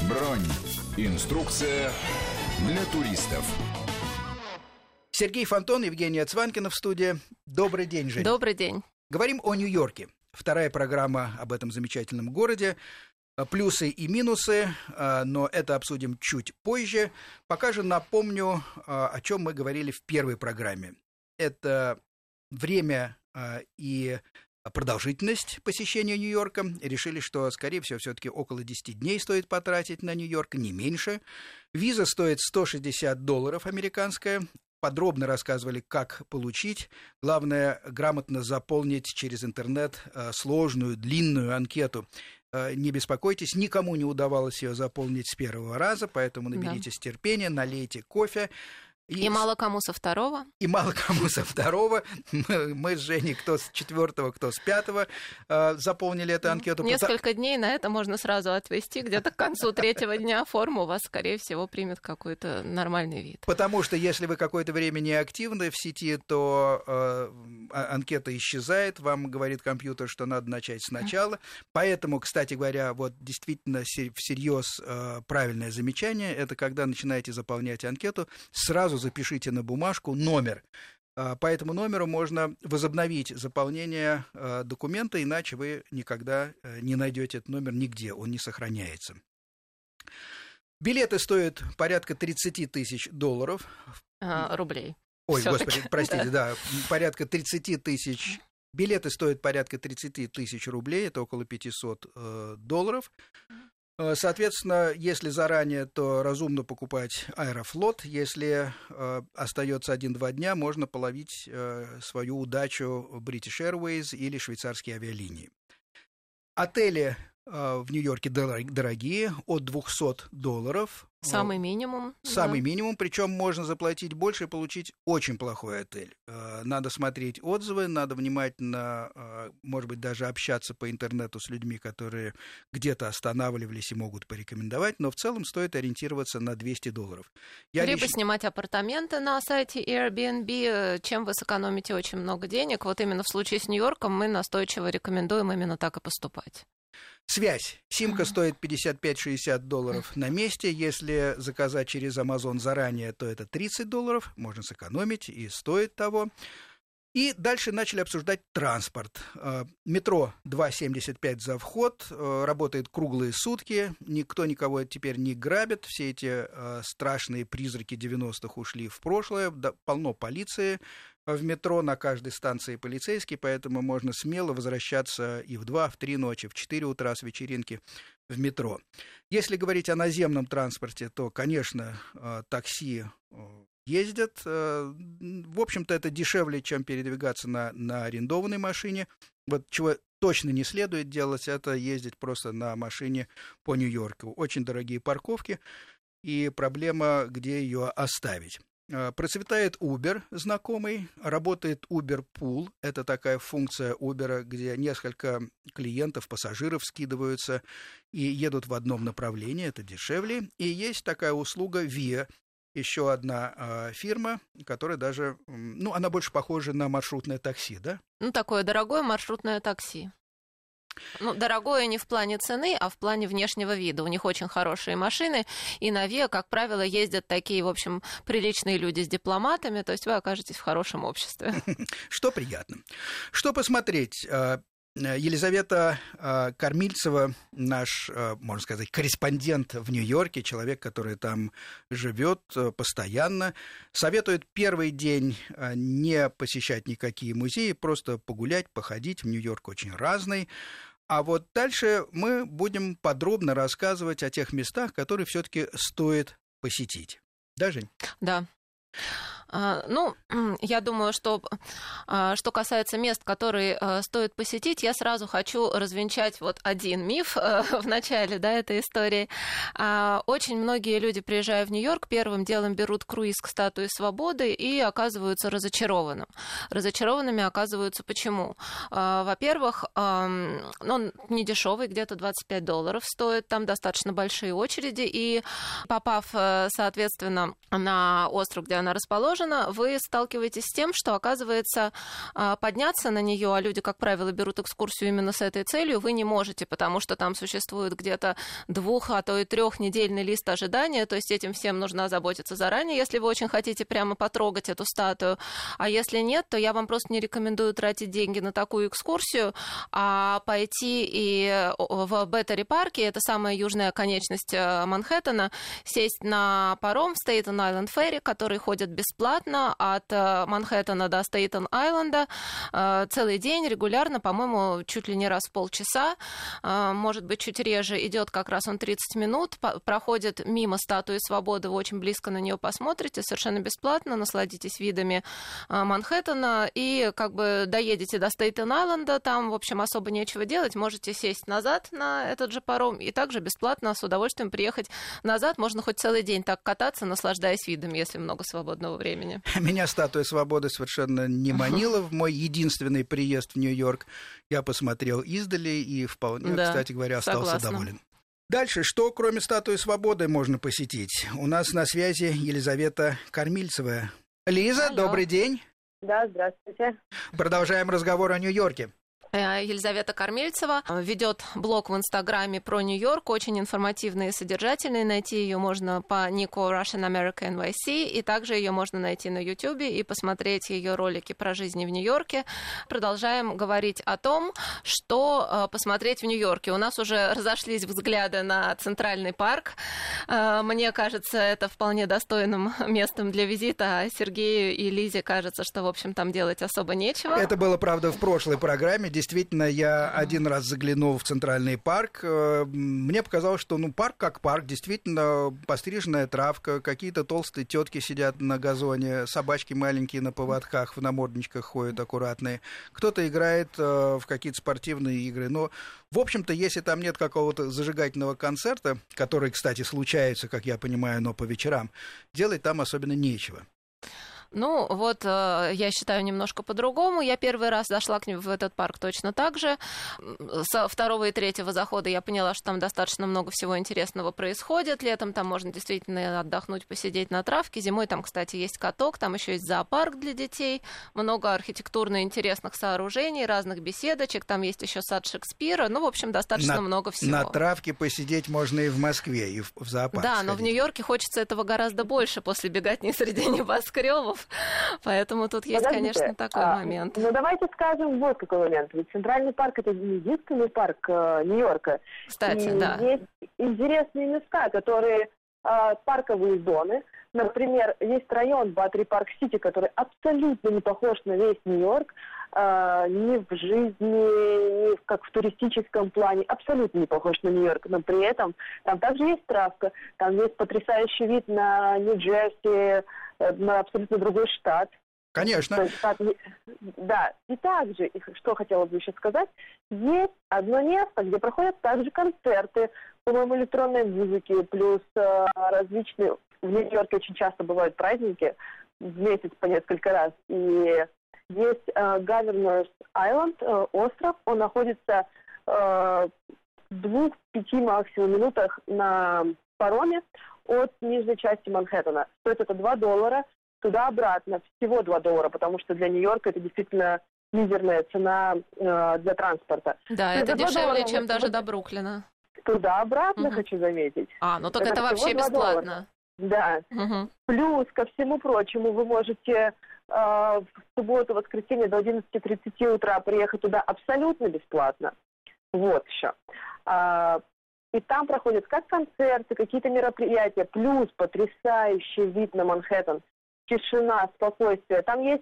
Бронь. Инструкция для туристов. Сергей Фонтон, Евгения Цванкина в студии. Добрый день, Женя. Добрый день. Говорим о Нью-Йорке. Вторая программа об этом замечательном городе. Плюсы и минусы, но это обсудим чуть позже. Пока же напомню, о чем мы говорили в первой программе. Это время и продолжительность посещения Нью-Йорка. Решили, что, скорее всего, все-таки около 10 дней стоит потратить на Нью-Йорк, не меньше. Виза стоит $160 американская. Подробно рассказывали, как получить. Главное, грамотно заполнить через интернет сложную, длинную анкету. Не беспокойтесь, никому не удавалось ее заполнить с первого раза, поэтому наберитесь терпения, налейте кофе. И мало кому со второго. И мало кому со второго. Мы с Женей, кто с четвертого, кто с пятого, заполнили эту анкету. Несколько дней на это можно сразу отвести. Где-то к концу третьего дня форму вас, скорее всего, примет какой-то нормальный вид. Потому что если вы какое-то время не активны в сети, то анкета исчезает. Вам говорит компьютер, что надо начать сначала. Поэтому, кстати говоря, вот действительно всерьез правильное замечание. Это когда начинаете заполнять анкету, сразу запишите на бумажку номер. По этому номеру можно возобновить заполнение документа, иначе вы никогда не найдете этот номер нигде, он не сохраняется. Билеты стоят порядка $30 тысяч. Рублей. Ой, господи, простите, да, порядка 30 тысяч. Билеты стоят порядка 30 тысяч рублей, это около $500. Соответственно, если заранее, то разумно покупать Аэрофлот. Если остается 1-2 дня, можно половить свою удачу British Airways или швейцарские авиалинии. Отели в Нью-Йорке дорогие, от $200. Самый минимум. Самый минимум, причем можно заплатить больше и получить очень плохой отель. Надо смотреть отзывы, надо внимательно, может быть, даже общаться по интернету с людьми, которые где-то останавливались и могут порекомендовать, но в целом стоит ориентироваться на $200. Либо снимать апартаменты на сайте Airbnb, чем вы сэкономите очень много денег. Вот именно в случае с Нью-Йорком мы настойчиво рекомендуем именно так и поступать. Связь. Симка стоит $55-60 на месте. Если заказать через Amazon заранее, то это $30. Можно сэкономить и стоит того. И дальше начали обсуждать транспорт. Метро $2.75 за вход, работает круглые сутки, никто никого теперь не грабит, все эти страшные призраки 90-х ушли в прошлое, полно полиции в метро, на каждой станции полицейские, поэтому можно смело возвращаться и в 2, в 3 ночи, в 4 утра с вечеринки в метро. Если говорить о наземном транспорте, то, конечно, такси ездят. В общем-то, это дешевле, чем передвигаться на арендованной машине. Вот чего точно не следует делать, это ездить просто на машине по Нью-Йорку. Очень дорогие парковки и проблема, где ее оставить. Процветает Uber знакомый, работает Uber Pool, это такая функция Uber, где несколько клиентов, пассажиров скидываются и едут в одном направлении, это дешевле. И есть такая услуга Via, еще одна фирма, которая даже, она больше похожа на маршрутное такси, да? Такое дорогое маршрутное такси. Дорогое не в плане цены, а в плане внешнего вида. У них очень хорошие машины, и на Via, как правило, ездят такие, в общем, приличные люди с дипломатами, то есть вы окажетесь в хорошем обществе. Что приятно. Что посмотреть? Елизавета Кормильцева, наш, можно сказать, корреспондент в Нью-Йорке, человек, который там живет постоянно, советует первый день не посещать никакие музеи, просто погулять, походить. В Нью-Йорк очень разный. А вот дальше мы будем подробно рассказывать о тех местах, которые все-таки стоит посетить. Да, Жень? Да. Я думаю, что касается мест, которые стоит посетить, я сразу хочу развенчать вот один миф в начале, этой истории. Очень многие люди, приезжая в Нью-Йорк, первым делом берут круиз к Статуе Свободы и оказываются разочарованными оказываются почему? Во-первых, он не дешевый, где-то $25 стоит, там достаточно большие очереди, и попав, соответственно, на остров, где она расположена, расположена, вы сталкиваетесь с тем, что, оказывается, подняться на нее, а люди, как правило, берут экскурсию именно с этой целью, вы не можете, потому что там существует где-то 2, а то и 3-недельный лист ожидания, то есть этим всем нужно озаботиться заранее, если вы очень хотите прямо потрогать эту статую. А если нет, то я вам просто не рекомендую тратить деньги на такую экскурсию, а пойти и в Беттери-парке, это самая южная конечность Манхэттена, сесть на паром в Стейтен-Айленд Ферри, который ходит бесплатно от Манхэттена до Стейтен-Айленда целый день, регулярно, по-моему, чуть ли не раз в полчаса, может быть, чуть реже, идет как раз он 30 минут, проходит мимо статуи Свободы, вы очень близко на нее посмотрите, совершенно бесплатно, насладитесь видами Манхэттена и как бы доедете до Стейтен-Айленда, там, в общем, особо нечего делать, можете сесть назад на этот же паром и также бесплатно с удовольствием приехать назад, можно хоть целый день так кататься, наслаждаясь видами, если много свободного времени. Меня статуя Свободы совершенно не манила в мой единственный приезд в Нью-Йорк. Я посмотрел издали и вполне, кстати говоря, остался доволен. Дальше, что кроме статуи Свободы можно посетить? У нас на связи Елизавета Кормильцева. Лиза, алло. Добрый день. Да, здравствуйте. Продолжаем разговор о Нью-Йорке. Елизавета Кормильцева ведет блог в Инстаграме про Нью-Йорк, очень информативный и содержательный. Найти ее можно по нику Russian America NYC, и также ее можно найти на YouTube и посмотреть ее ролики про жизнь в Нью-Йорке. Продолжаем говорить о том, что посмотреть в Нью-Йорке. У нас уже разошлись взгляды на Центральный парк. Мне кажется, это вполне достойным местом для визита, а Сергею и Лизе кажется, что, в общем, там делать особо нечего. Это было, правда, в прошлой программе. Действительно, я один раз заглянул в Центральный парк. Мне показалось, что парк как парк, действительно постриженная травка, какие-то толстые тетки сидят на газоне, собачки маленькие на поводках, в намордничках ходят аккуратные. Кто-то играет в какие-то спортивные игры. Но, в общем-то, если там нет какого-то зажигательного концерта, который, кстати, случается, как я понимаю, но по вечерам, делать там особенно нечего. Ну, вот я считаю немножко по-другому. Я первый раз зашла к ним в этот парк точно так же. Со 2-го и 3-го захода я поняла, что там достаточно много всего интересного происходит. Летом там можно действительно отдохнуть, посидеть на травке. Зимой там, кстати, есть каток, там еще есть зоопарк для детей. Много архитектурно интересных сооружений, разных беседочек. Там есть еще сад Шекспира. Ну, в общем, достаточно много всего. На травке посидеть можно и в Москве, и в зоопарк. Да, сходить. Но в Нью-Йорке хочется этого гораздо больше после беготни среди небоскребов. Поэтому тут есть, конечно, такой момент. Ну, давайте скажем вот какой момент. Ведь Центральный парк — это не единственный парк Нью-Йорка. Кстати, и да. Есть интересные места, которые парковые зоны. Например, есть район Баттери Парк-Сити, который абсолютно не похож на весь Нью-Йорк. Ни в жизни, ни как в туристическом плане, абсолютно не похож на Нью-Йорк, но при этом там также есть травка, там есть потрясающий вид на Нью-Джерси, на абсолютно другой штат. Конечно. Да, и также, что хотела бы еще сказать, есть одно место, где проходят также концерты, по-моему, электронной музыки, плюс различные, в Нью-Йорке очень часто бывают праздники, в месяц по несколько раз, и есть Governor's Island, остров, он находится в 2-5 максимум минутах на пароме от нижней части Манхэттена. Стоит это $2, туда-обратно всего $2, потому что для Нью-Йорка это действительно мизерная цена для транспорта. Да, это дешевле, чем даже до Бруклина. Туда-обратно, хочу заметить. Ну так это вообще бесплатно. Да. Плюс, ко всему прочему, вы можете в субботу-воскресенье до 11:30 утра приехать туда абсолютно бесплатно. Вот еще. И там проходят как концерты, какие-то мероприятия, плюс потрясающий вид на Манхэттен, тишина, спокойствие. Там есть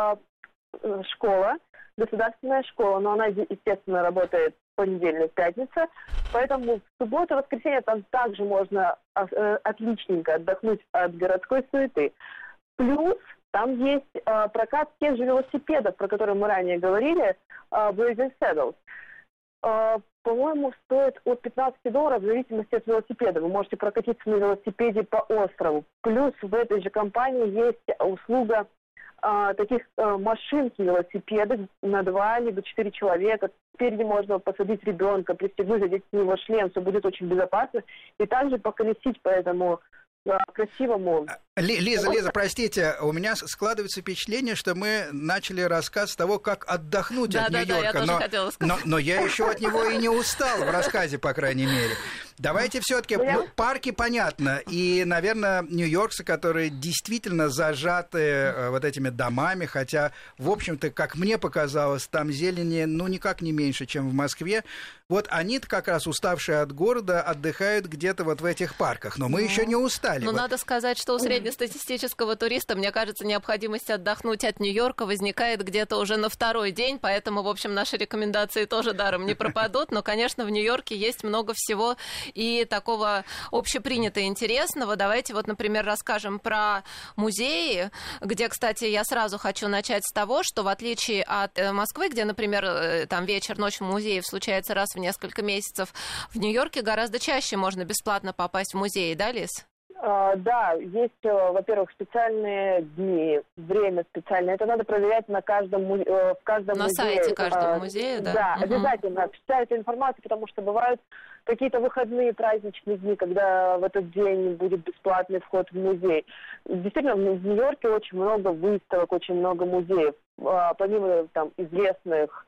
школа, государственная школа, но она, естественно, работает понедельник, пятница, поэтому в субботу, воскресенье там также можно отличненько отдохнуть от городской суеты. Плюс там есть прокат тех же велосипедов, про которые мы ранее говорили, Blazing Saddles. По-моему, стоит от $15 в зависимости от велосипеда. Вы можете прокатиться на велосипеде по острову. Плюс в этой же компании есть услуга таких машинки велосипедов на 2 либо 4 человека. Спереди можно посадить ребенка, пристегнуть, одеть с него шлем, все будет очень безопасно. И также поколесить по этому красивому Лиза, простите, у меня складывается впечатление, что мы начали рассказ с того, как отдохнуть от Нью-Йорка. Да, я тоже хотела сказать. Но я еще от него и не устал, в рассказе, по крайней мере. Давайте все-таки, парки понятно, и, наверное, нью-йоркцы, которые действительно зажаты вот этими домами, хотя, в общем-то, как мне показалось, там зелени, никак не меньше, чем в Москве. Вот они-то как раз, уставшие от города, отдыхают где-то вот в этих парках, но мы еще не устали. Надо сказать, что у среднестатистического туриста, мне кажется, необходимость отдохнуть от Нью-Йорка возникает где-то уже на второй день, поэтому, в общем, наши рекомендации тоже даром не пропадут, но, конечно, в Нью-Йорке есть много всего и такого общепринятого интересного. Давайте вот, например, расскажем про музеи, где, кстати, я сразу хочу начать с того, что в отличие от Москвы, где, например, там вечер, ночь в музеях случается раз в несколько месяцев, в Нью-Йорке гораздо чаще можно бесплатно попасть в музей, да, Лиз? Да, есть, во-первых, специальные дни, время специальное. Это надо проверять в каждом музее. На сайте каждого музея, да? Да, обязательно. Вся эта информация, потому что бывают какие-то выходные, праздничные дни, когда в этот день будет бесплатный вход в музей. Действительно, в Нью-Йорке очень много выставок, очень много музеев. Помимо там известных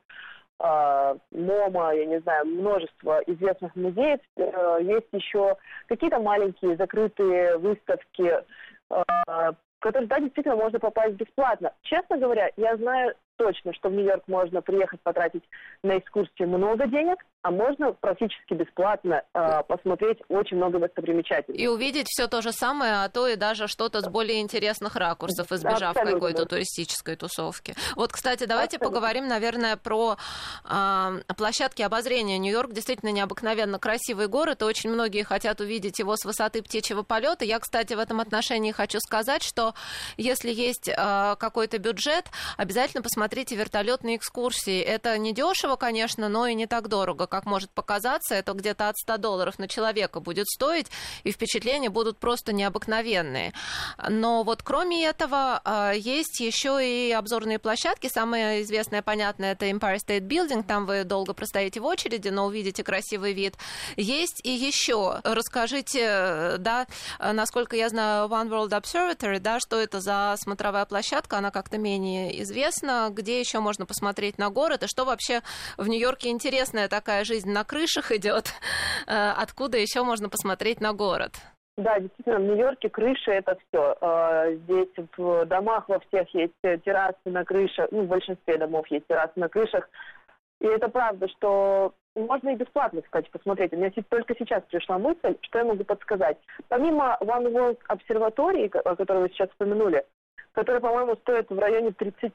МОМА, я не знаю, множество известных музеев. Есть еще какие-то маленькие закрытые выставки, которые, да, действительно можно попасть бесплатно. Честно говоря, я знаю точно, что в Нью-Йорк можно приехать потратить на экскурсии много денег, а можно практически бесплатно посмотреть очень много достопримечательностей. И увидеть все то же самое, а то и даже что-то с более интересных ракурсов, избежав какой-то туристической тусовки. Вот, кстати, давайте поговорим, наверное, про площадки обозрения. Нью-Йорк действительно необыкновенно красивый город, и очень многие хотят увидеть его с высоты птичьего полета. Я, кстати, в этом отношении хочу сказать, что если есть какой-то бюджет, обязательно посмотрите вертолетные экскурсии. Это не дешево, конечно, но и не так дорого, как может показаться. Это где-то от $100 на человека будет стоить, и впечатления будут просто необыкновенные. Но вот кроме этого есть еще и обзорные площадки. Самая известная, понятная, это Empire State Building. Там вы долго простоите в очереди, но увидите красивый вид. Есть и еще. Расскажите, да, насколько я знаю, One World Observatory, да, что это за смотровая площадка, она как-то менее известна. Где еще можно посмотреть на город? И что вообще в Нью-Йорке интересная такая жизнь на крышах идет? Откуда еще можно посмотреть на город? Да, действительно, в Нью-Йорке крыши — это все. Здесь в домах во всех есть террасы на крышах, в большинстве домов есть террасы на крышах. И это правда, что можно и бесплатно, кстати, посмотреть. У меня только сейчас пришла мысль, что я могу подсказать. Помимо One World Observatory, о которой вы сейчас упомянули, который, по-моему, стоит в районе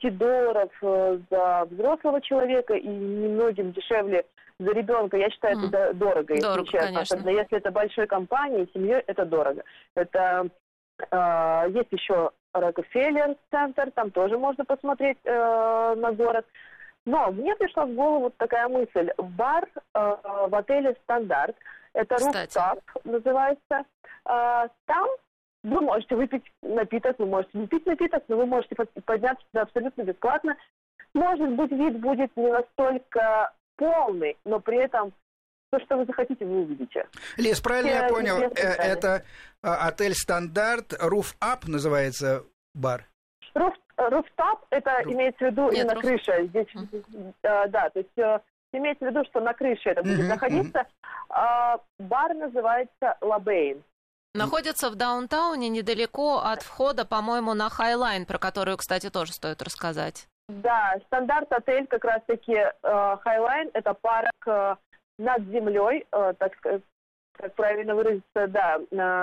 $30 за взрослого человека и немногим дешевле за ребенка. Я считаю, это дорого, если честно. Конечно. Особенно если это большой компанией, семьей, это дорого. Это есть еще Рокфеллер-центр, там тоже можно посмотреть на город. Но мне пришла в голову такая мысль. Бар в отеле «Стандарт», это Rooftop называется, там вы можете выпить напиток, вы можете не пить напиток, но вы можете подняться туда абсолютно бесплатно. Может быть, вид будет не настолько полный, но при этом то, что вы захотите, вы увидите. Лиз, правильно я понял, это отель «Стандарт», Rooftop называется бар? Rooftop, это имеется в виду именно крыша. Здесь, да, то есть имеется в виду, что на крыше это будет находиться. Бар называется «Лабейн». Находится в даунтауне недалеко от входа, по-моему, на Хайлайн, про которую, кстати, тоже стоит рассказать. Да, «Стандарт-отель» как раз-таки Хайлайн, это парк над землей, так сказать, как правильно выразиться, да.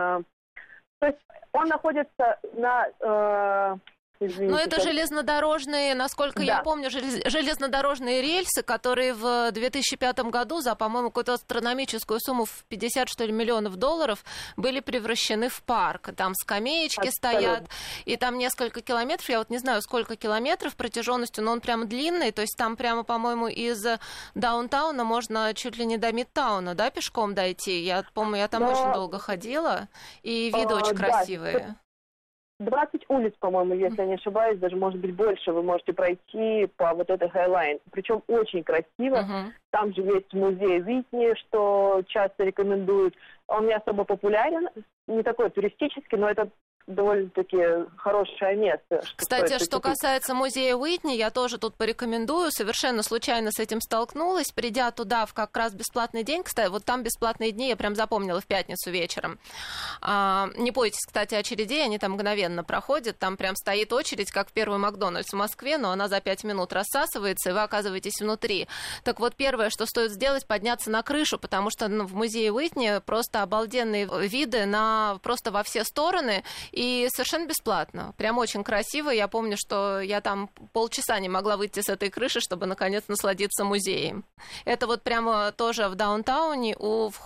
То есть он находится на... Но это железнодорожные, насколько я помню, железнодорожные рельсы, которые в 2005 году за, по-моему, какую-то астрономическую сумму в 50, что ли, миллионов долларов были превращены в парк. Там скамеечки стоят, и там несколько километров, я вот не знаю, сколько километров протяженностью, но он прямо длинный, то есть там прямо, по-моему, из даунтауна можно чуть ли не до Мидтауна, да, пешком дойти. Я помню, я там очень долго ходила, и виды очень красивые. 20 улиц, по-моему, если я не ошибаюсь, даже, может быть, больше вы можете пройти по вот этой Хайлайн. Причем очень красиво. Там же есть музей Уитни, что часто рекомендуют. Он не особо популярен, не такой туристический, но это довольно-таки хорошее место. Кстати, что касается музея Уитни, я тоже тут порекомендую. Совершенно случайно с этим столкнулась. Придя туда в как раз бесплатный день, кстати, вот там бесплатные дни я прям запомнила в пятницу вечером. Не бойтесь, кстати, очередей, они там мгновенно проходят. Там прям стоит очередь, как в первый Макдональдс в Москве, но она за 5 минут рассасывается, и вы оказываетесь внутри. Так вот, первое, что стоит сделать, подняться на крышу, потому что в музее Уитни просто обалденные виды просто во все стороны, и совершенно бесплатно. Прям очень красиво. Я помню, что я там полчаса не могла выйти с этой крыши, чтобы наконец насладиться музеем. Это вот прямо тоже в даунтауне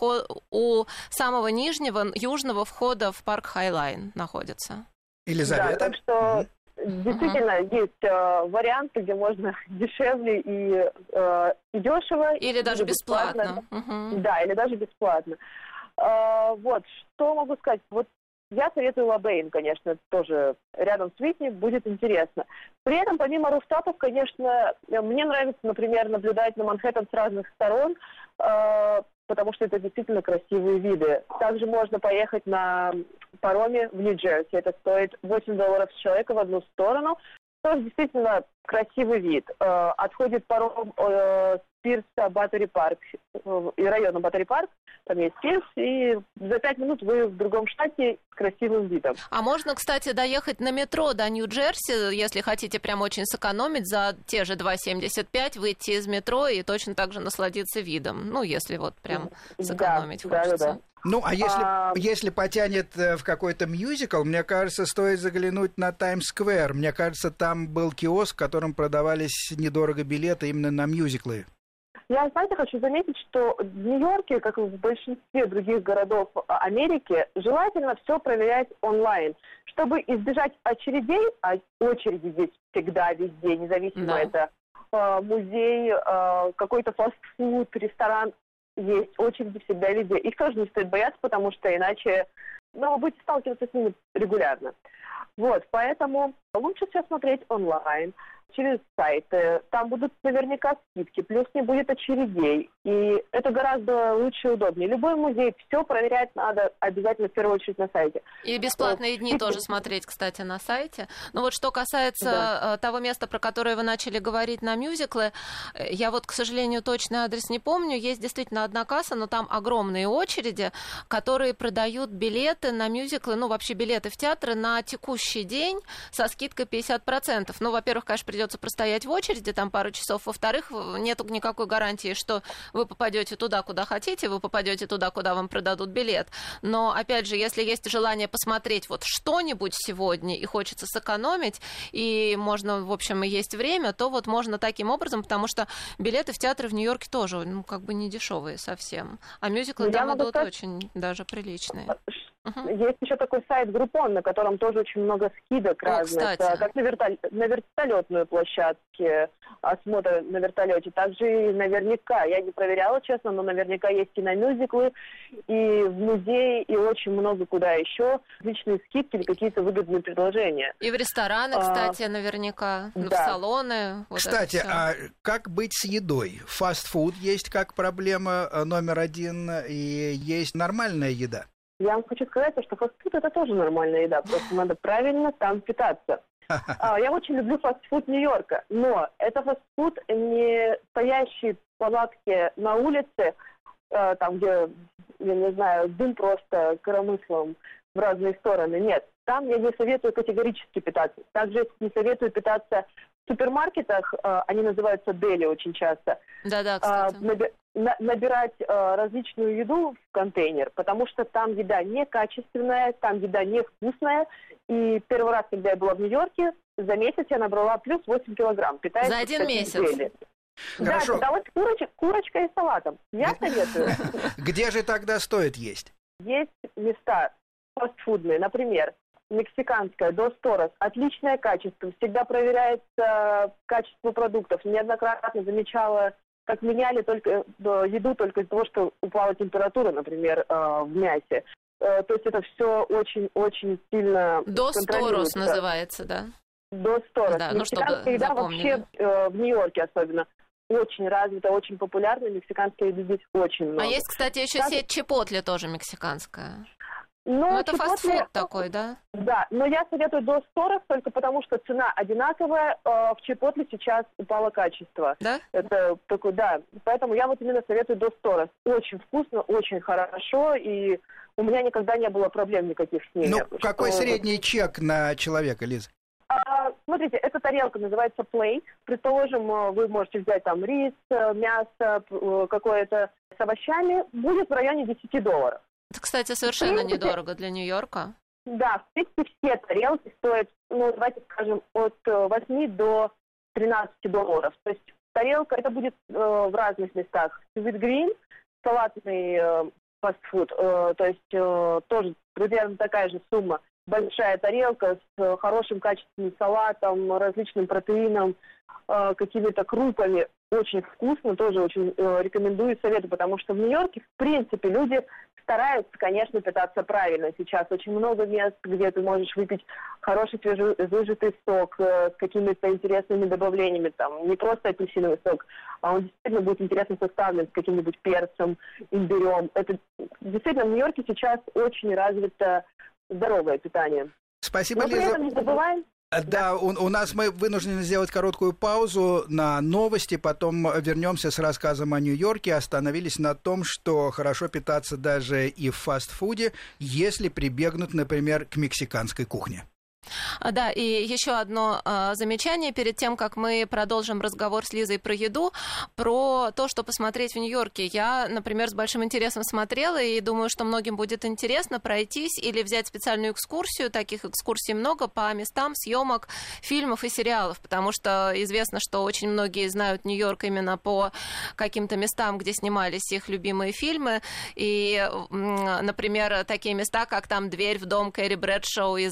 у самого нижнего, южного входа в парк Хайлайн находится. Елизавета. Да, так что действительно есть варианты, где можно дешевле и дешево. Или даже бесплатно. Да, или даже бесплатно. Вот, что могу сказать? Вот я советую Лабейн, конечно, тоже рядом с Уитни, будет интересно. При этом, помимо руфтопов, конечно, мне нравится, например, наблюдать на Манхэттен с разных сторон, потому что это действительно красивые виды. Также можно поехать на пароме в Нью-Джерси. Это стоит $8 с человека в одну сторону. Тоже действительно красивый вид. Отходит паром с пирса Баттери Парк и района Баттери Парк. Там есть пирс, и за 5 минут вы в другом штате с красивым видом. А можно, кстати, доехать на метро до Нью-Джерси, если хотите прям очень сэкономить, за те же $2.75 выйти из метро и точно так же насладиться видом. Ну, если вот прям сэкономить хочется. Да. Ну, а если потянет в какой-то мюзикл, мне кажется, стоит заглянуть на Таймс-сквер. Мне кажется, там был киоск, в котором продавались недорого билеты именно на мюзиклы. Я, знаете, хочу заметить, что в Нью-Йорке, как и в большинстве других городов Америки, желательно все проверять онлайн, чтобы избежать очередей, а очереди здесь всегда, везде, независимо это музей, какой-то фастфуд, ресторан, есть очереди всегда везде. Их тоже не стоит бояться, потому что иначе вы будете сталкиваться с ними регулярно. Вот, поэтому лучше все смотреть онлайн, через сайты. Там будут наверняка скидки, плюс не будет очередей. И это гораздо лучше и удобнее. Любой музей, все проверять надо обязательно в первую очередь на сайте. И бесплатные дни тоже смотреть, кстати, на сайте. Но вот что касается того места, про которое вы начали говорить, на мюзиклы, я вот, к сожалению, точный адрес не помню. Есть действительно одна касса, но там огромные очереди, которые продают билеты на мюзиклы, ну, вообще билеты в театры на текущий день со скидкой 50%. Ну, во-первых, конечно, придется простоять в очереди там пару часов. Во-вторых, нету никакой гарантии, что вы попадете туда, куда хотите, вы попадете туда, куда вам продадут билет. Но, опять же, если есть желание посмотреть вот что-нибудь сегодня и хочется сэкономить, и можно, в общем, и есть время, то вот можно таким образом, потому что билеты в театры в Нью-Йорке тоже, ну, как бы не дешевые совсем. А мюзиклы там идут очень даже приличные. Есть еще такой сайт Groupon, на котором тоже очень много скидок разных, как на вертолетную площадке, осмотр на вертолете. Также и наверняка, я не проверяла, честно, но наверняка есть и на мюзиклы, и в музее, и очень много куда еще. Личные скидки или какие-то выгодные предложения. И в рестораны, кстати, наверняка, в салоны. Вот кстати, а как быть с едой? Фастфуд есть как проблема номер один, и есть нормальная еда. Я вам хочу сказать, что фастфуд – это тоже нормальная еда, просто надо правильно там питаться. Я очень люблю фастфуд Нью-Йорка, но это фастфуд не стоящие палатки на улице, там, где, я не знаю, дым просто коромыслом в разные стороны. Нет, там я не советую категорически питаться. Также не советую питаться в супермаркетах, они называются дели очень часто. Да, кстати. Набирать различную еду в контейнер, потому что там еда некачественная, там еда невкусная. И первый раз, когда я была в Нью-Йорке, за месяц я набрала плюс 8 килограмм. Питаюсь, за один месяц? Хорошо. Да, питалась курочкой и салатом. Я советую. Где же тогда стоит есть? Есть места фастфудные, например, мексиканская, Dos Toros, отличное качество, всегда проверяется качество продуктов. Неоднократно замечала, как меняли еду только из-за того, что упала температура, например, в мясе. То есть это все очень-очень сильно Dos Toros называется, да? Dos Toros. Да, мексиканская еда вообще в Нью-Йорке особенно очень развита, очень популярна. Мексиканской еды здесь очень много. А есть, кстати, еще сеть Чипотле тоже мексиканская. Но это фастфуд такой, да? Да, но я советую до $100 только потому, что цена одинаковая. В Чипотле сейчас упало качество. Да? Это такой, да. Поэтому я вот именно советую до $100. Очень вкусно, очень хорошо, и у меня никогда не было проблем никаких с ними. Ну, какой средний чек на человека, Лиза? Смотрите, эта тарелка называется plate. Предположим, вы можете взять там рис, мясо какое-то с овощами. Будет в районе $10. Это, кстати, совершенно недорого для Нью-Йорка. Да, в принципе, все тарелки стоят, ну, давайте скажем, от 8 до $13. То есть тарелка, это будет в разных местах. With green, салатный фастфуд, то есть тоже примерно такая же сумма. Большая тарелка с хорошим качественным салатом, различным протеином, какими-то крупами. Очень вкусно, тоже очень рекомендую и советую, потому что в Нью-Йорке, в принципе, люди стараются, конечно, питаться правильно. Сейчас очень много мест, где ты можешь выпить хороший свежевыжатый сок с какими-то интересными добавлениями. Там не просто апельсиновый сок, а он действительно будет интересно составлен с каким-нибудь перцем, имбирем. Это действительно в Нью-Йорке сейчас очень развито здоровое питание. Спасибо, Лиза. Но при этом не забываем. Да, у нас мы вынуждены сделать короткую паузу на новости, потом вернемся с рассказом о Нью-Йорке. Остановились на том, что хорошо питаться даже и в фастфуде, если прибегнут, например, к мексиканской кухне. Да, и еще одно замечание перед тем, как мы продолжим разговор с Лизой про еду, про то, что посмотреть в Нью-Йорке. Я, например, с большим интересом смотрела и думаю, что многим будет интересно пройтись или взять специальную экскурсию. Таких экскурсий много по местам съемок фильмов и сериалов, потому что известно, что очень многие знают Нью-Йорк именно по каким-то местам, где снимались их любимые фильмы. И, например, такие места, как там дверь в дом Кэрри Брэдшоу из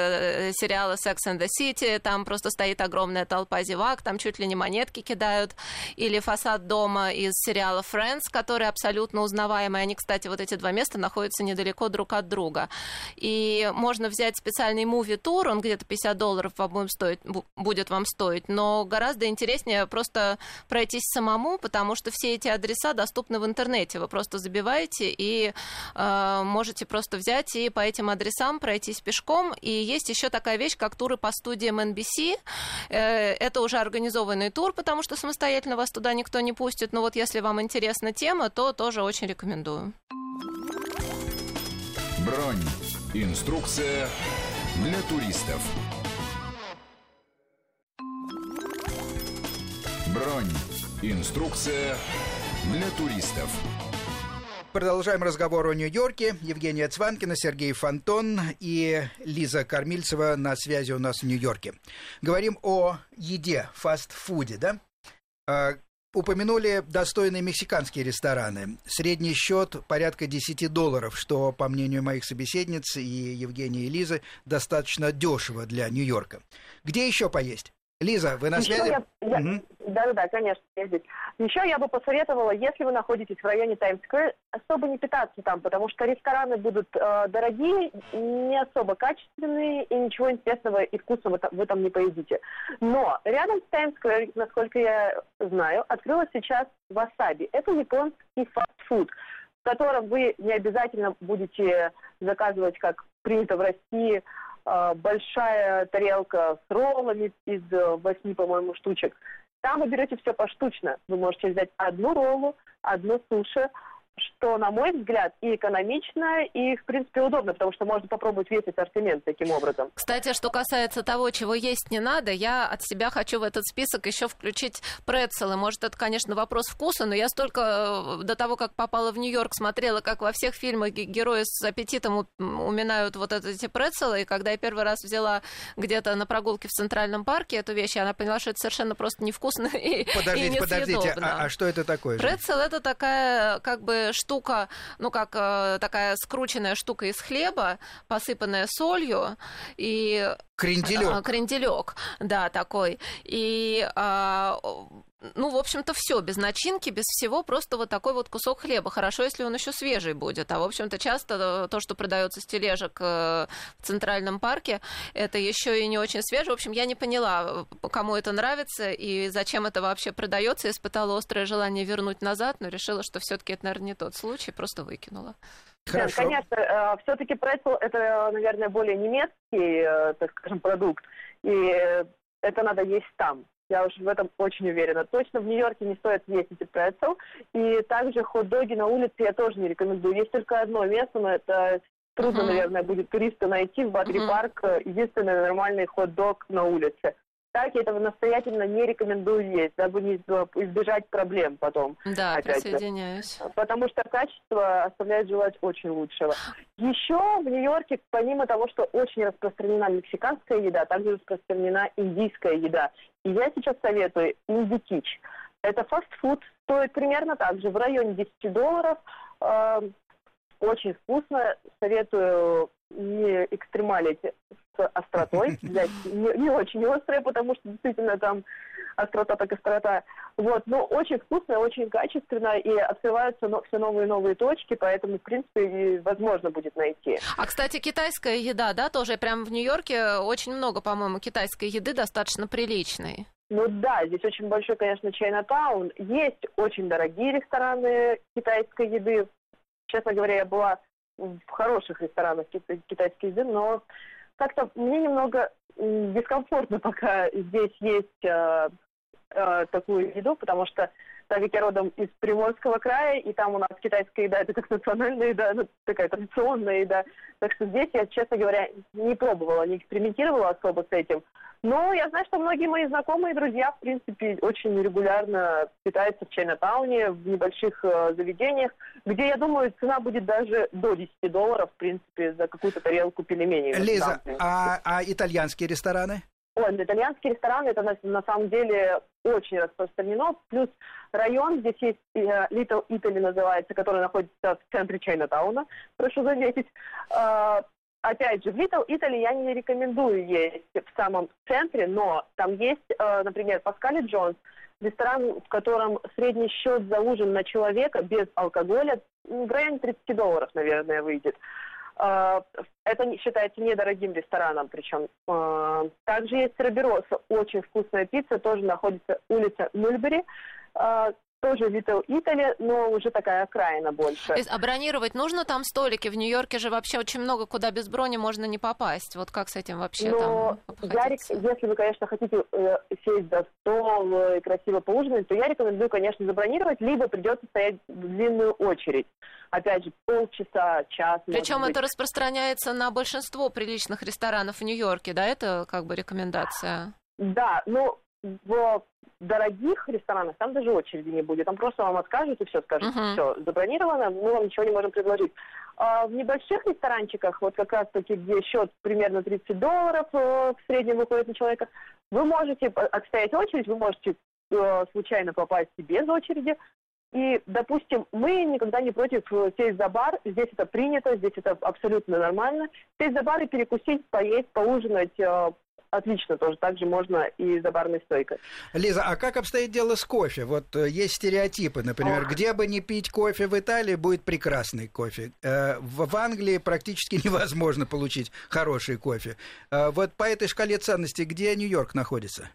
сериала Sex and the City, там просто стоит огромная толпа зевак, там чуть ли не монетки кидают, или фасад дома из сериала Friends, который абсолютно узнаваемый. Они, кстати, вот эти два места находятся недалеко друг от друга. И можно взять специальный муви-тур, он где-то $50 будет вам стоить, но гораздо интереснее просто пройтись самому, потому что все эти адреса доступны в интернете. Вы просто забиваете и можете просто взять и по этим адресам пройтись пешком. И есть еще такая вещь, как туры по студиям NBC. Это уже организованный тур, потому что самостоятельно вас туда никто не пустит. Но вот если вам интересна тема, то тоже очень рекомендую. Бронь. Инструкция для туристов. Бронь. Инструкция для туристов. Продолжаем разговор о Нью-Йорке. Евгения Цванкина, Сергей Фонтон и Лиза Кормильцева на связи у нас в Нью-Йорке. Говорим о еде, фастфуде, да? Упомянули достойные мексиканские рестораны. Средний счет порядка $10, что, по мнению моих собеседниц и Евгении и Лизы, достаточно дешево для Нью-Йорка. Где еще поесть? Лиза, вы на связи? Да, конечно, я здесь. Еще я бы посоветовала, если вы находитесь в районе Таймс-сквер, особо не питаться там, потому что рестораны будут дорогие, не особо качественные, и ничего интересного и вкусного вы там не поедите. Но рядом с Таймс-сквер, насколько я знаю, открылось сейчас васаби. Это японский фастфуд, в котором вы не обязательно будете заказывать, как принято в России, большая тарелка с роллами из 8, по-моему, штучек. Там вы берете все поштучно. Вы можете взять одну роллу, одну суши, что, на мой взгляд, и экономично, и, в принципе, удобно, потому что можно попробовать весь ассортимент таким образом. Кстати, что касается того, чего есть не надо, я от себя хочу в этот список еще включить прецелы. Может, это, конечно, вопрос вкуса, но я столько до того, как попала в Нью-Йорк, смотрела, как во всех фильмах герои с аппетитом уминают вот эти прецелы, и когда я первый раз взяла где-то на прогулке в Центральном парке эту вещь, она поняла, что это совершенно просто невкусно и несъедобно. Подождите, а что это такое? Прецел — это такая, как бы, штука, ну, как такая скрученная штука из хлеба, посыпанная солью и... Кренделек. Кренделек, да, такой. И... ну, в общем-то, все без начинки, без всего, просто вот такой вот кусок хлеба. Хорошо, если он еще свежий будет. А, в общем-то, часто то, что продается с тележек в Центральном парке, это еще и не очень свежее. В общем, я не поняла, кому это нравится и зачем это вообще продается. Испытала острое желание вернуть назад, но решила, что все-таки это, наверное, не тот случай, просто выкинула. Хорошо. Конечно, все-таки претzel – это, наверное, более немецкий, так скажем, продукт, и это надо есть там. Я уж в этом очень уверена. Точно в Нью-Йорке не стоит есть эти претzel. И также хот-доги на улице я тоже не рекомендую. Есть только одно место, но это трудно, наверное, будет туриста найти в Батри-парк. Единственный нормальный хот-дог на улице. Так, я этого настоятельно не рекомендую есть, дабы не избежать проблем потом. Да, присоединяюсь. Потому что качество оставляет желать очень лучшего. Еще в Нью-Йорке, помимо того, что очень распространена мексиканская еда, также распространена индийская еда. И я сейчас советую Индикич. Это фастфуд, стоит примерно так же, в районе $10. Очень вкусно, советую не экстремалить с остротой, взять не очень острое, потому что действительно там острота так острота. Вот, но очень вкусно, очень качественно, и открываются все новые и новые точки, поэтому, в принципе, и возможно будет найти. А, кстати, китайская еда, да, тоже прям в Нью-Йорке очень много, по-моему, китайской еды, достаточно приличной. Ну да, здесь очень большой, конечно, Чайнатаун. Есть очень дорогие рестораны китайской еды. Честно говоря, я была в хороших ресторанах китайской еды, но как-то мне немного дискомфортно, пока здесь есть такую еду, потому что, так как я родом из Приморского края, и там у нас китайская еда, это как национальная еда, ну, такая традиционная еда. Так что здесь я, честно говоря, не пробовала, не экспериментировала особо с этим. Но я знаю, что многие мои знакомые и друзья, в принципе, очень регулярно питаются в Чайнатауне, в небольших заведениях, где, я думаю, цена будет даже до $10, в принципе, за какую-то тарелку пельменей. Лиза, а итальянские рестораны? Ой, итальянские рестораны, это на самом деле очень распространено. Плюс район, здесь есть Little Italy называется, который находится в центре Чайнатауна, прошу заметить. Опять же, в Little Italy я не рекомендую есть в самом центре, но там есть, например, Паскаль и Джонс, ресторан, в котором средний счет за ужин на человека без алкоголя в районе $30, наверное, выйдет. Это считается недорогим рестораном, причем. Также есть Робероса, очень вкусная пицца, тоже находится улица Мюльбери. Тоже Little Italy, но уже такая окраина больше. То есть, а бронировать нужно там столики? В Нью-Йорке же вообще очень много, куда без брони можно не попасть. Вот как с этим вообще там обходиться? Если вы, конечно, хотите сесть за стол и красиво поужинать, то я рекомендую, конечно, забронировать, либо придется стоять в длинную очередь. Опять же, полчаса, час. Причем это распространяется на большинство приличных ресторанов в Нью-Йорке, да? Это как бы рекомендация? Да, ну, в дорогих ресторанах там даже очереди не будет. Там просто вам откажут и все скажут, все, забронировано, мы вам ничего не можем предложить. А в небольших ресторанчиках, вот как раз-таки, где счет примерно $30 в среднем выходит на человека, вы можете отстоять очередь, вы можете случайно попасть без очереди. И, допустим, мы никогда не против сесть за бар, здесь это принято, здесь это абсолютно нормально. Сесть за бар и перекусить, поесть, поужинать отлично тоже. Также можно и за барной стойкой. Лиза, а как обстоит дело с кофе? Вот есть стереотипы, например, где бы ни пить кофе в Италии, будет прекрасный кофе. В Англии практически невозможно получить хороший кофе. Вот по этой шкале ценностей, где Нью-Йорк находится?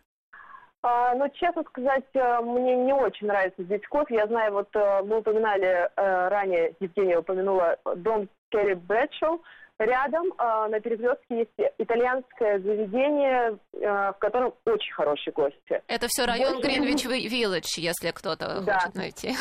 Ну, честно сказать, мне не очень нравится здесь кофе. Я знаю, вот мы упоминали ранее, Евгения упомянула дом Керри Брэдшоу. Рядом на Перекрестке есть итальянское заведение, в котором очень хороший кофе. Это все район Гринвич-Виллидж, если кто-то хочет найти.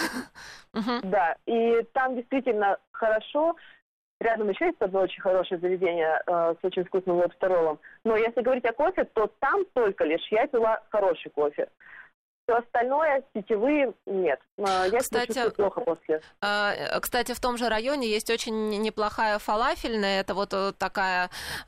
Да, и там действительно хорошо. Рядом еще есть одно очень хорошее заведение с очень вкусным лобстеролом. Но если говорить о кофе, то там только лишь я пила хороший кофе. Все остальное, сетевые, нет. Я себя чувствую плохо после. Кстати, в том же районе есть очень неплохая фалафельная. Это вот такая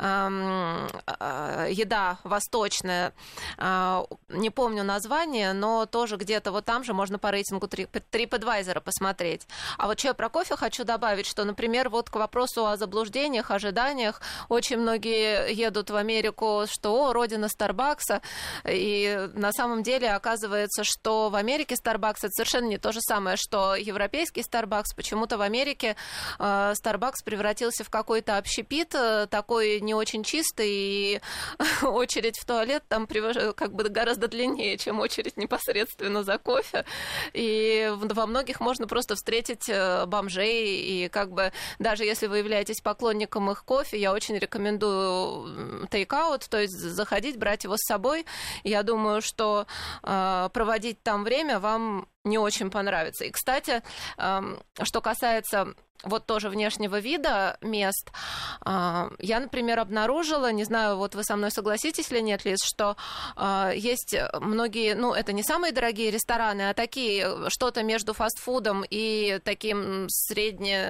еда восточная. Не помню название, но тоже где-то вот там же можно по рейтингу TripAdvisor посмотреть. А вот что я про кофе хочу добавить, что, например, вот к вопросу о заблуждениях, ожиданиях, очень многие едут в Америку, что родина Старбакса, и на самом деле, оказывается, оказывается, что в Америке Starbucks это совершенно не то же самое, что европейский Starbucks. Почему-то в Америке Starbucks превратился в какой-то общепит, такой не очень чистый, и очередь в туалет там как бы гораздо длиннее, чем очередь непосредственно за кофе. И во многих можно просто встретить бомжей, и как бы даже если вы являетесь поклонником их кофе, я очень рекомендую take-out, то есть заходить, брать его с собой. Я думаю, что проводить там время вам не очень понравится. И, кстати, что касается вот тоже внешнего вида мест, я, например, обнаружила, не знаю, вот вы со мной согласитесь или нет, Лиз, что есть многие, ну, это не самые дорогие рестораны, а такие, что-то между фастфудом и таким средним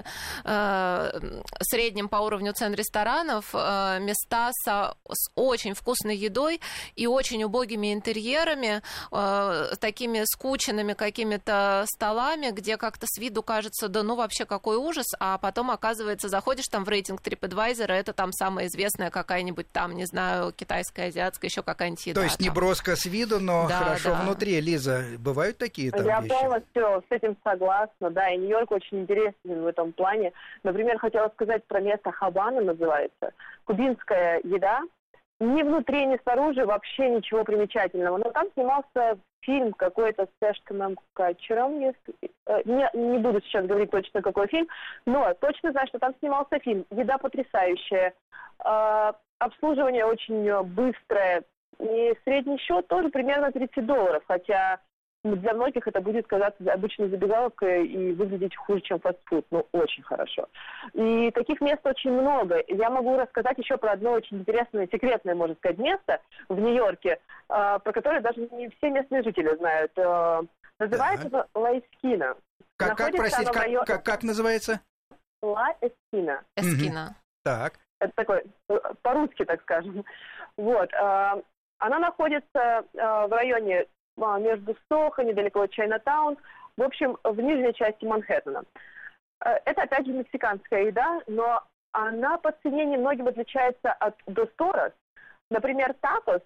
по уровню цен ресторанов, места с очень вкусной едой и очень убогими интерьерами, такими скученными какими-то столами, где как-то с виду кажется, да ну вообще какой ужас, а потом, оказывается, заходишь там в рейтинг TripAdvisor, это там самая известная какая-нибудь там, не знаю, китайская, азиатская, еще какая-нибудь еда. То есть не броско с виду, но да, хорошо да. внутри. Лиза, бывают такие там Я вещи? полностью с этим согласна, да, и Нью-Йорк очень интересен в этом плане. Например, хотела сказать про место Хавана, называется. Кубинская еда. Ни внутри, ни снаружи вообще ничего примечательного. Но там снимался фильм какой-то с Эштоном Катчером. Не буду сейчас говорить точно, какой фильм, но точно знаю, что там снимался фильм. Еда потрясающая. Обслуживание очень быстрое. И средний счет тоже примерно $30, хотя для многих это будет казаться обычной забегаловкой и выглядеть хуже, чем фастфуд. Ну, очень хорошо. И таких мест очень много. Я могу рассказать еще про одно очень интересное, секретное, можно сказать, место в Нью-Йорке, про которое даже не все местные жители знают. Называется Ла Эскина. Как называется? Ла Эскина. Эскина. Так. Это такой, по-русски, так скажем. Вот. Она находится в районе между Сохо, недалеко от Чайнатаун, в общем, в нижней части Манхэттена. Это, опять же, мексиканская еда, но она по цене немногим отличается от Досторос. Например, такос,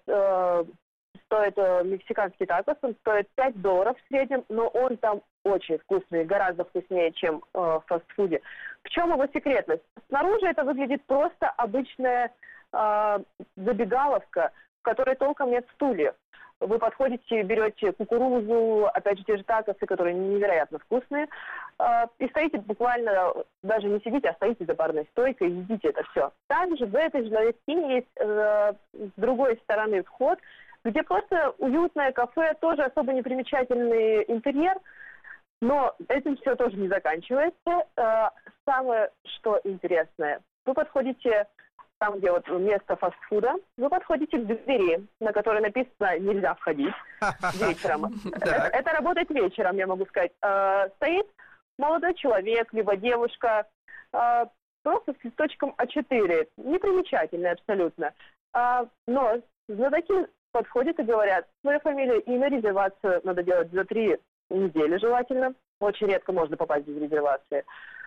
мексиканский такос, он стоит $5 в среднем, но он там очень вкусный, гораздо вкуснее, чем в фастфуде. В чем его секретность? Снаружи это выглядит просто обычная забегаловка, в которой толком нет стульев. Вы подходите, берете кукурузу, опять же, те же такосы, которые невероятно вкусные, и стоите буквально, даже не сидите, а стоите за барной стойкой и едите это все. Также в этой же Лавескине есть с другой стороны вход, где просто уютное кафе, тоже особо непримечательный интерьер, но этим все тоже не заканчивается. Самое, что интересное, вы подходите... Там, где вот место фастфуда, вы подходите к двери, на которой написано «нельзя входить» вечером. Это работает вечером, я могу сказать. Стоит молодой человек, либо девушка, просто с листочком А4, непримечательный абсолютно. Но знатоки подходят и говорят, свою фамилию и на резервацию надо делать за 3 недели желательно. Очень редко можно попасть без резервации.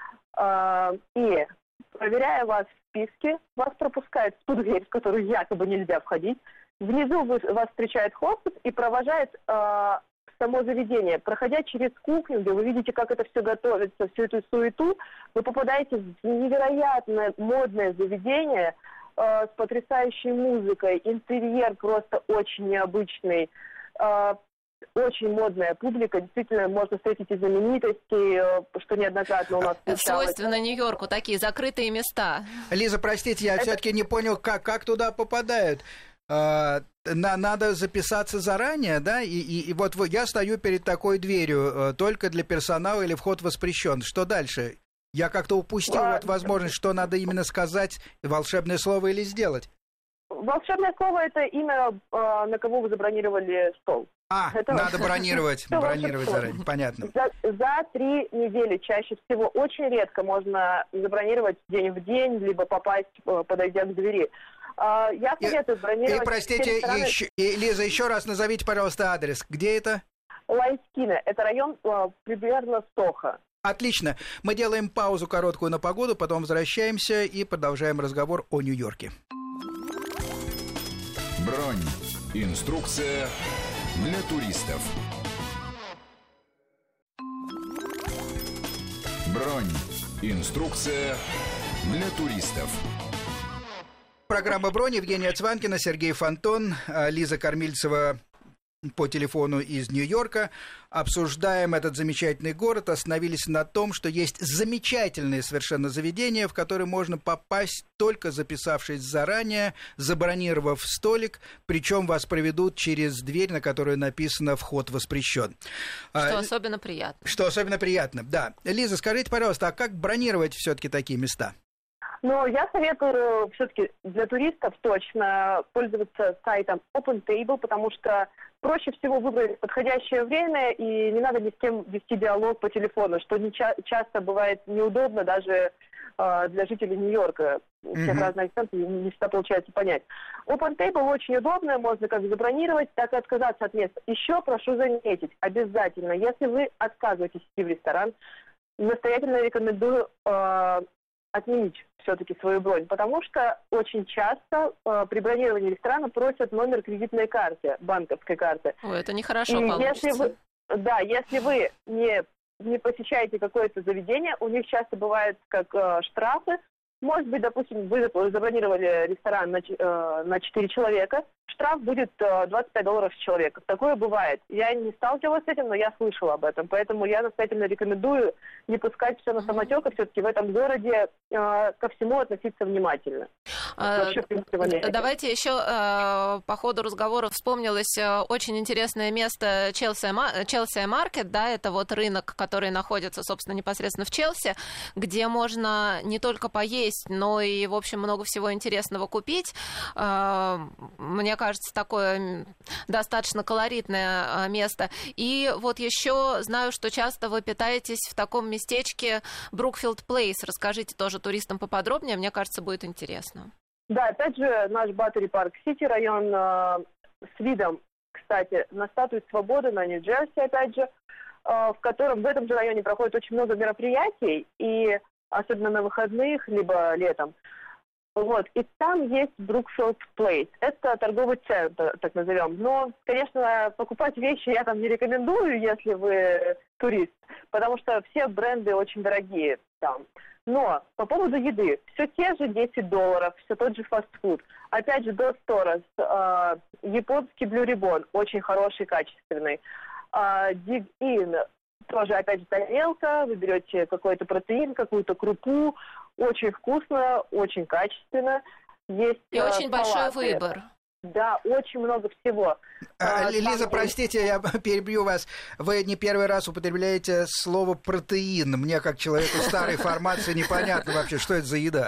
И проверяя вас в списке, вас пропускают в ту дверь, в которую якобы нельзя входить. Внизу вас встречает хостес и провожает в само заведение. Проходя через кухню, где вы видите, как это все готовится, всю эту суету, вы попадаете в невероятно модное заведение с потрясающей музыкой. Интерьер просто очень необычный. Очень модная публика, действительно, можно встретить и знаменитостей, что неоднократно у нас случалось. Свойственно Нью-Йорку, такие закрытые места. Лиза, простите, я все-таки не понял, как туда попадают. Надо записаться заранее, да? И вот я стою перед такой дверью, только для персонала или вход воспрещен. Что дальше? Я как-то упустил возможность, что надо именно сказать, волшебное слово или сделать. Волшебное слово – это имя, на кого вы забронировали стол. Это надо бронировать заранее, понятно. За 3 недели чаще всего, очень редко можно забронировать день в день, либо попасть, подойдя к двери. Я советую бронировать... И, простите, Лиза, еще раз назовите, пожалуйста, адрес. Где это? Ла Эскина. Это район примерно Сохо. Отлично. Мы делаем паузу короткую на погоду, потом возвращаемся и продолжаем разговор о Нью-Йорке. Бронь. Инструкция для туристов. Бронь. Инструкция для туристов. Программа «Бронь», Евгения Цванкина, Сергей Фонтон, Лиза Кормильцева по телефону из Нью-Йорка. Обсуждаем этот замечательный город. Остановились на том, что есть замечательные совершенно заведения, в которые можно попасть, только записавшись заранее, забронировав столик, причем вас проведут через дверь, на которой написано «Вход воспрещен». Что особенно приятно. Что особенно приятно, да. Лиза, скажите, пожалуйста, а как бронировать все-таки такие места? Ну, я советую все-таки для туристов точно пользоваться сайтом OpenTable, потому что проще всего выбрать подходящее время, и не надо ни с кем вести диалог по телефону, что часто бывает неудобно даже для жителей Нью-Йорка. У всех разные акценты, не всегда получается понять. OpenTable очень удобно, можно как забронировать, так и отказаться от места. Еще прошу заметить, обязательно, если вы отказываетесь идти в ресторан, настоятельно рекомендую отменить все-таки свою бронь, потому что очень часто при бронировании ресторана просят номер кредитной карты, банковской карты. Ой, это нехорошо получится. Если вы не посещаете какое-то заведение, у них часто бывают как штрафы. Может быть, допустим, вы забронировали ресторан на 4 человека, штраф будет $25 с человека. Такое бывает. Я не сталкивалась с этим, но я слышала об этом. Поэтому я настоятельно рекомендую не пускать все на самотек, а все-таки в этом городе ко всему относиться внимательно. Давайте еще по ходу разговора вспомнилось очень интересное место Chelsea Market, да, это вот рынок, который находится, собственно, непосредственно в Челси, где можно не только поесть, но и, в общем, много всего интересного купить. Мне кажется, такое достаточно колоритное место. И вот еще знаю, что часто вы питаетесь в таком местечке Brookfield Place. Расскажите тоже туристам поподробнее, мне кажется, будет интересно. Да, опять же, наш Battery Park City район с видом, кстати, на статую Свободы, на Нью-Джерси, опять же, в котором в этом же районе проходит очень много мероприятий, и особенно на выходных, либо летом. Вот, и там есть Brookfield Place. Это торговый центр, так назовем. Но, конечно, покупать вещи я там не рекомендую, если вы турист, потому что все бренды очень дорогие там. Но по поводу еды, все те же $10, все тот же фастфуд. Опять же, Dos Toros, японский Blue Ribbon, очень хороший, качественный. Dig In, тоже, опять же, тарелка, вы берете какой-то протеин, какую-то крупу, очень вкусно, очень качественно. Есть и очень большой выбор. Да, очень много всего. Лиза, простите, я перебью вас. Вы не первый раз употребляете слово «протеин». Мне, как человеку старой формации, непонятно вообще, что это за еда.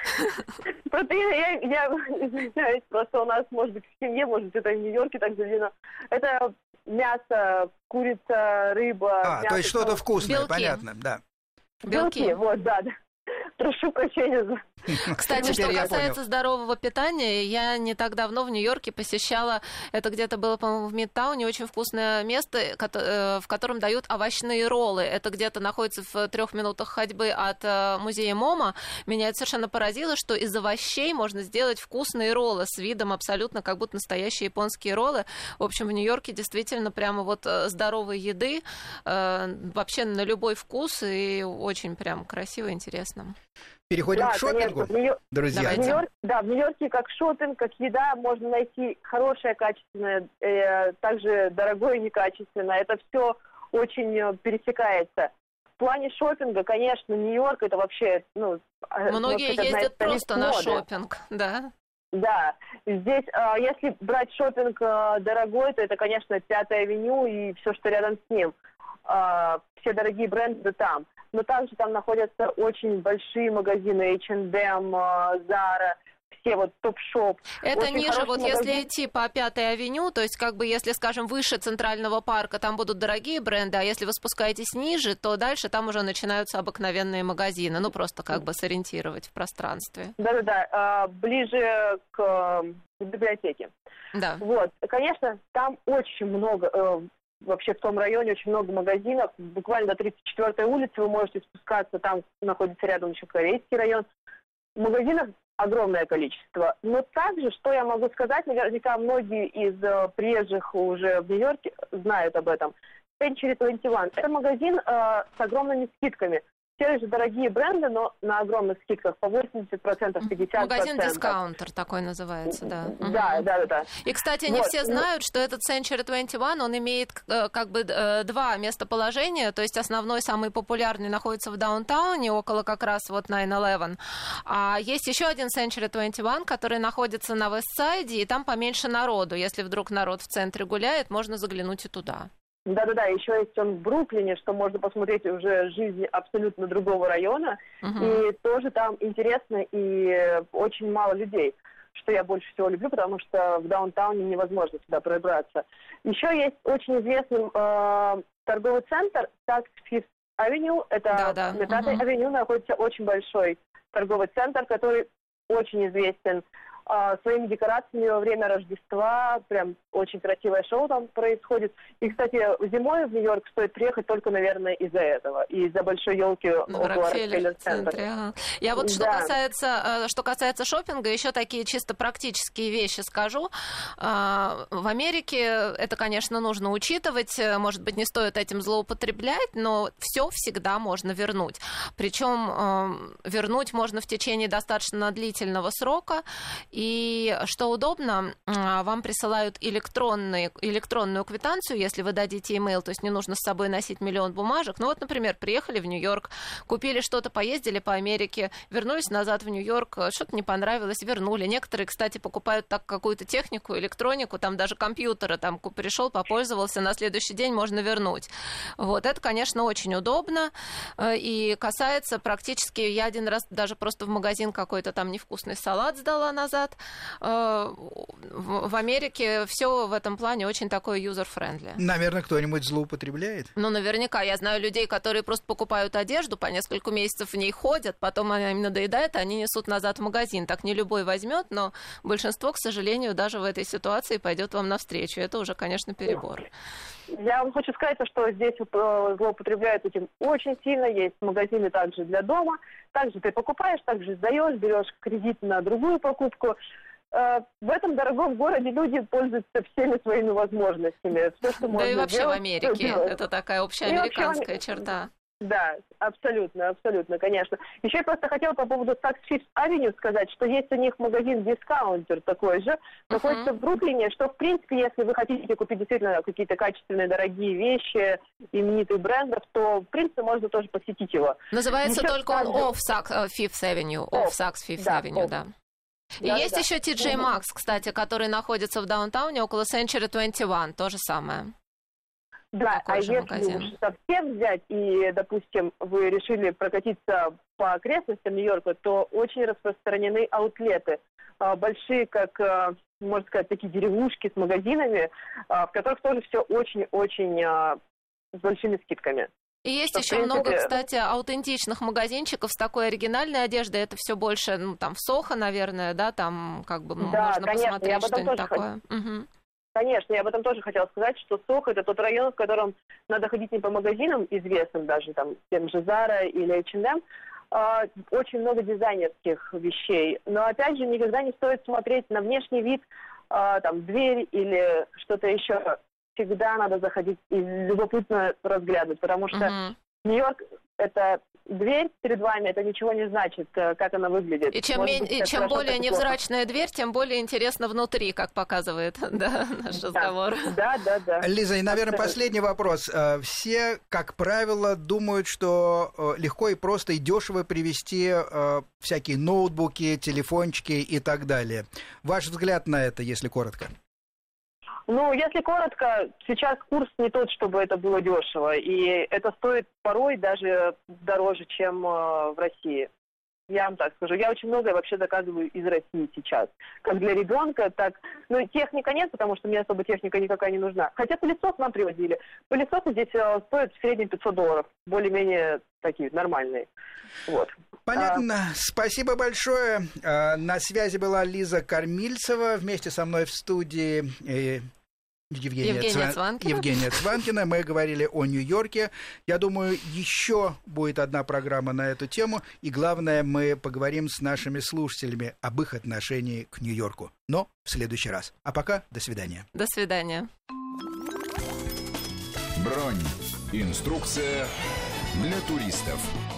Протеин, я извиняюсь, просто у нас, может быть, в семье, может, это в Нью-Йорке так заведено. Это мясо, курица, рыба. То есть что-то вкусное, белки. Понятно, да. Белки, вот, да. Прошу прощения за... Кстати, что касается здорового питания, я не так давно в Нью-Йорке посещала, это где-то было, по-моему, в Мидтауне, очень вкусное место, в котором дают овощные роллы. Это где-то находится в 3 минутах ходьбы от музея МоМА. Меня это совершенно поразило, что из овощей можно сделать вкусные роллы с видом абсолютно как будто настоящие японские роллы. В общем, в Нью-Йорке действительно прямо вот здоровой еды вообще на любой вкус, и очень прям красиво и интересно. Переходим к шопингу, друзья. В Нью-Йорке как шопинг, как еда можно найти хорошее, качественное, также дорогое и некачественное. Это все очень пересекается. В плане шопинга, конечно, Нью-Йорк это вообще... Многие ездят просто на шопинг, да? Да, здесь, если брать шопинг дорогой, то это, конечно, 5-я авеню и все, что рядом с ним. Все дорогие бренды там. Но также там находятся очень большие магазины H&M, Zara, все вот Топ-Шоп. Это очень ниже, вот магазин. если идти по 5-й авеню, то есть как бы если, скажем, выше Центрального парка, там будут дорогие бренды, а если вы спускаетесь ниже, то дальше там уже начинаются обыкновенные магазины, просто как бы сориентировать в пространстве. Да-да-да, ближе к библиотеке. Да. Вот, конечно, там очень много... Вообще в том районе очень много магазинов. Буквально до 34-й улицы вы можете спускаться. Там находится рядом еще корейский район. Магазинов огромное количество. Но также, что я могу сказать, наверняка многие из приезжих уже в Нью-Йорке знают об этом. Century 21. Это магазин с огромными скидками. Те же дорогие бренды, но на огромных скидках по 80%, 50%. Магазин-дискаунтер такой называется, да. Да. И, кстати, не все знают, что этот Century 21, он имеет как бы два местоположения, то есть основной, самый популярный находится в даунтауне, около как раз вот 9-11, а есть еще один Century 21, который находится на Вестсайде, и там поменьше народу. Если вдруг народ в центре гуляет, можно заглянуть и туда. Да, еще есть он в Бруклине, что можно посмотреть уже жизнь абсолютно другого района. И тоже там интересно и очень мало людей, что я больше всего люблю, потому что в даунтауне невозможно сюда пробраться. Еще есть очень известный торговый центр Saks Fifth Avenue. Это на 5-й авеню находится очень большой торговый центр, который очень известен своими декорациями во время Рождества. Прям очень красивое шоу там происходит. И, кстати, зимой в Нью-Йорк стоит приехать только, наверное, из-за этого. И из-за большой елки около Рокфеллер-центра. Я вот, что касается шопинга, еще такие чисто практические вещи скажу. В Америке это, конечно, нужно учитывать. Может быть, не стоит этим злоупотреблять, но все всегда можно вернуть. Причем вернуть можно в течение достаточно длительного срока. И что удобно, вам присылают электронную квитанцию, если вы дадите имейл, то есть не нужно с собой носить миллион бумажек. Ну вот, например, приехали в Нью-Йорк, купили что-то, поездили по Америке, вернулись назад в Нью-Йорк, что-то не понравилось, вернули. Некоторые, кстати, покупают так какую-то технику, электронику, там даже компьютеры, там пришел, попользовался, на следующий день можно вернуть. Вот, это, конечно, очень удобно и касается практически, я один раз даже просто в магазин какой-то там невкусный салат сдала назад. В Америке все в этом плане очень такое user-friendly. Наверное, кто-нибудь злоупотребляет? Ну, наверняка. Я знаю людей, которые просто покупают одежду, по несколько месяцев в ней ходят, потом она им надоедает, они несут назад в магазин. Так не любой возьмет, но большинство, к сожалению, даже в этой ситуации пойдет вам навстречу. Это уже, конечно, перебор. Я вам хочу сказать, что здесь злоупотребляют этим очень сильно. Есть магазины также для дома. Также ты покупаешь, также сдаешь, берешь кредит на другую покупку. В этом дорогом городе люди пользуются всеми своими возможностями. Все, что можно и вообще делать, в Америке это такая общеамериканская черта. Да, абсолютно, конечно. Еще я просто хотела по поводу Saks Fifth Avenue сказать, что есть у них магазин-дискаунтер такой же, находится в Бруклине, что, в принципе, если вы хотите купить действительно какие-то качественные, дорогие вещи именитых брендов, то, в принципе, можно тоже посетить его. Называется только он Off Saks Fifth Avenue. Off Saks Fifth Avenue, да. И есть еще TJ Maxx, кстати, который находится в даунтауне около Century 21, то же самое. Да, а если уж совсем взять и, допустим, вы решили прокатиться по окрестностям Нью-Йорка, то очень распространены аутлеты. Большие, как, можно сказать, такие деревушки с магазинами, в которых тоже все очень-очень с большими скидками. И есть еще много, кстати, аутентичных магазинчиков с такой оригинальной одеждой. Это все больше, там, в Сохо, наверное, да, там как бы можно посмотреть что-нибудь такое. Конечно, я об этом тоже хотела сказать, что Сохо — это тот район, в котором надо ходить не по магазинам известным, даже там тем же Zara или H&M, очень много дизайнерских вещей. Но, опять же, никогда не стоит смотреть на внешний вид, там, дверь или что-то еще. Всегда надо заходить и любопытно разглядывать, потому что Нью-Йорк — это дверь перед вами, это ничего не значит, как она выглядит. И чем более невзрачная дверь, тем более интересно внутри, как показывает наш разговор. Да. Лиза, и, наверное, последний вопрос. Все, как правило, думают, что легко и просто и дешево привезти всякие ноутбуки, телефончики и так далее. Ваш взгляд на это, если коротко? Ну, если коротко, сейчас курс не тот, чтобы это было дешево, и это стоит порой даже дороже, чем в России. Я вам так скажу. Я очень многое вообще заказываю из России сейчас. Как для ребенка, так... Ну, техника нет, потому что мне особо техника никакая не нужна. Хотя пылесос нам привозили. Пылесосы здесь стоят в среднем $500. Более-менее такие нормальные. Вот. Понятно. Спасибо большое. На связи была Лиза Кормильцева. Вместе со мной в студии Евгения Цванкина. Мы говорили о Нью-Йорке. Я думаю, еще будет одна программа на эту тему. И главное, мы поговорим с нашими слушателями об их отношении к Нью-Йорку. Но в следующий раз. А пока, до свидания. До свидания. Бронь. Инструкция для туристов.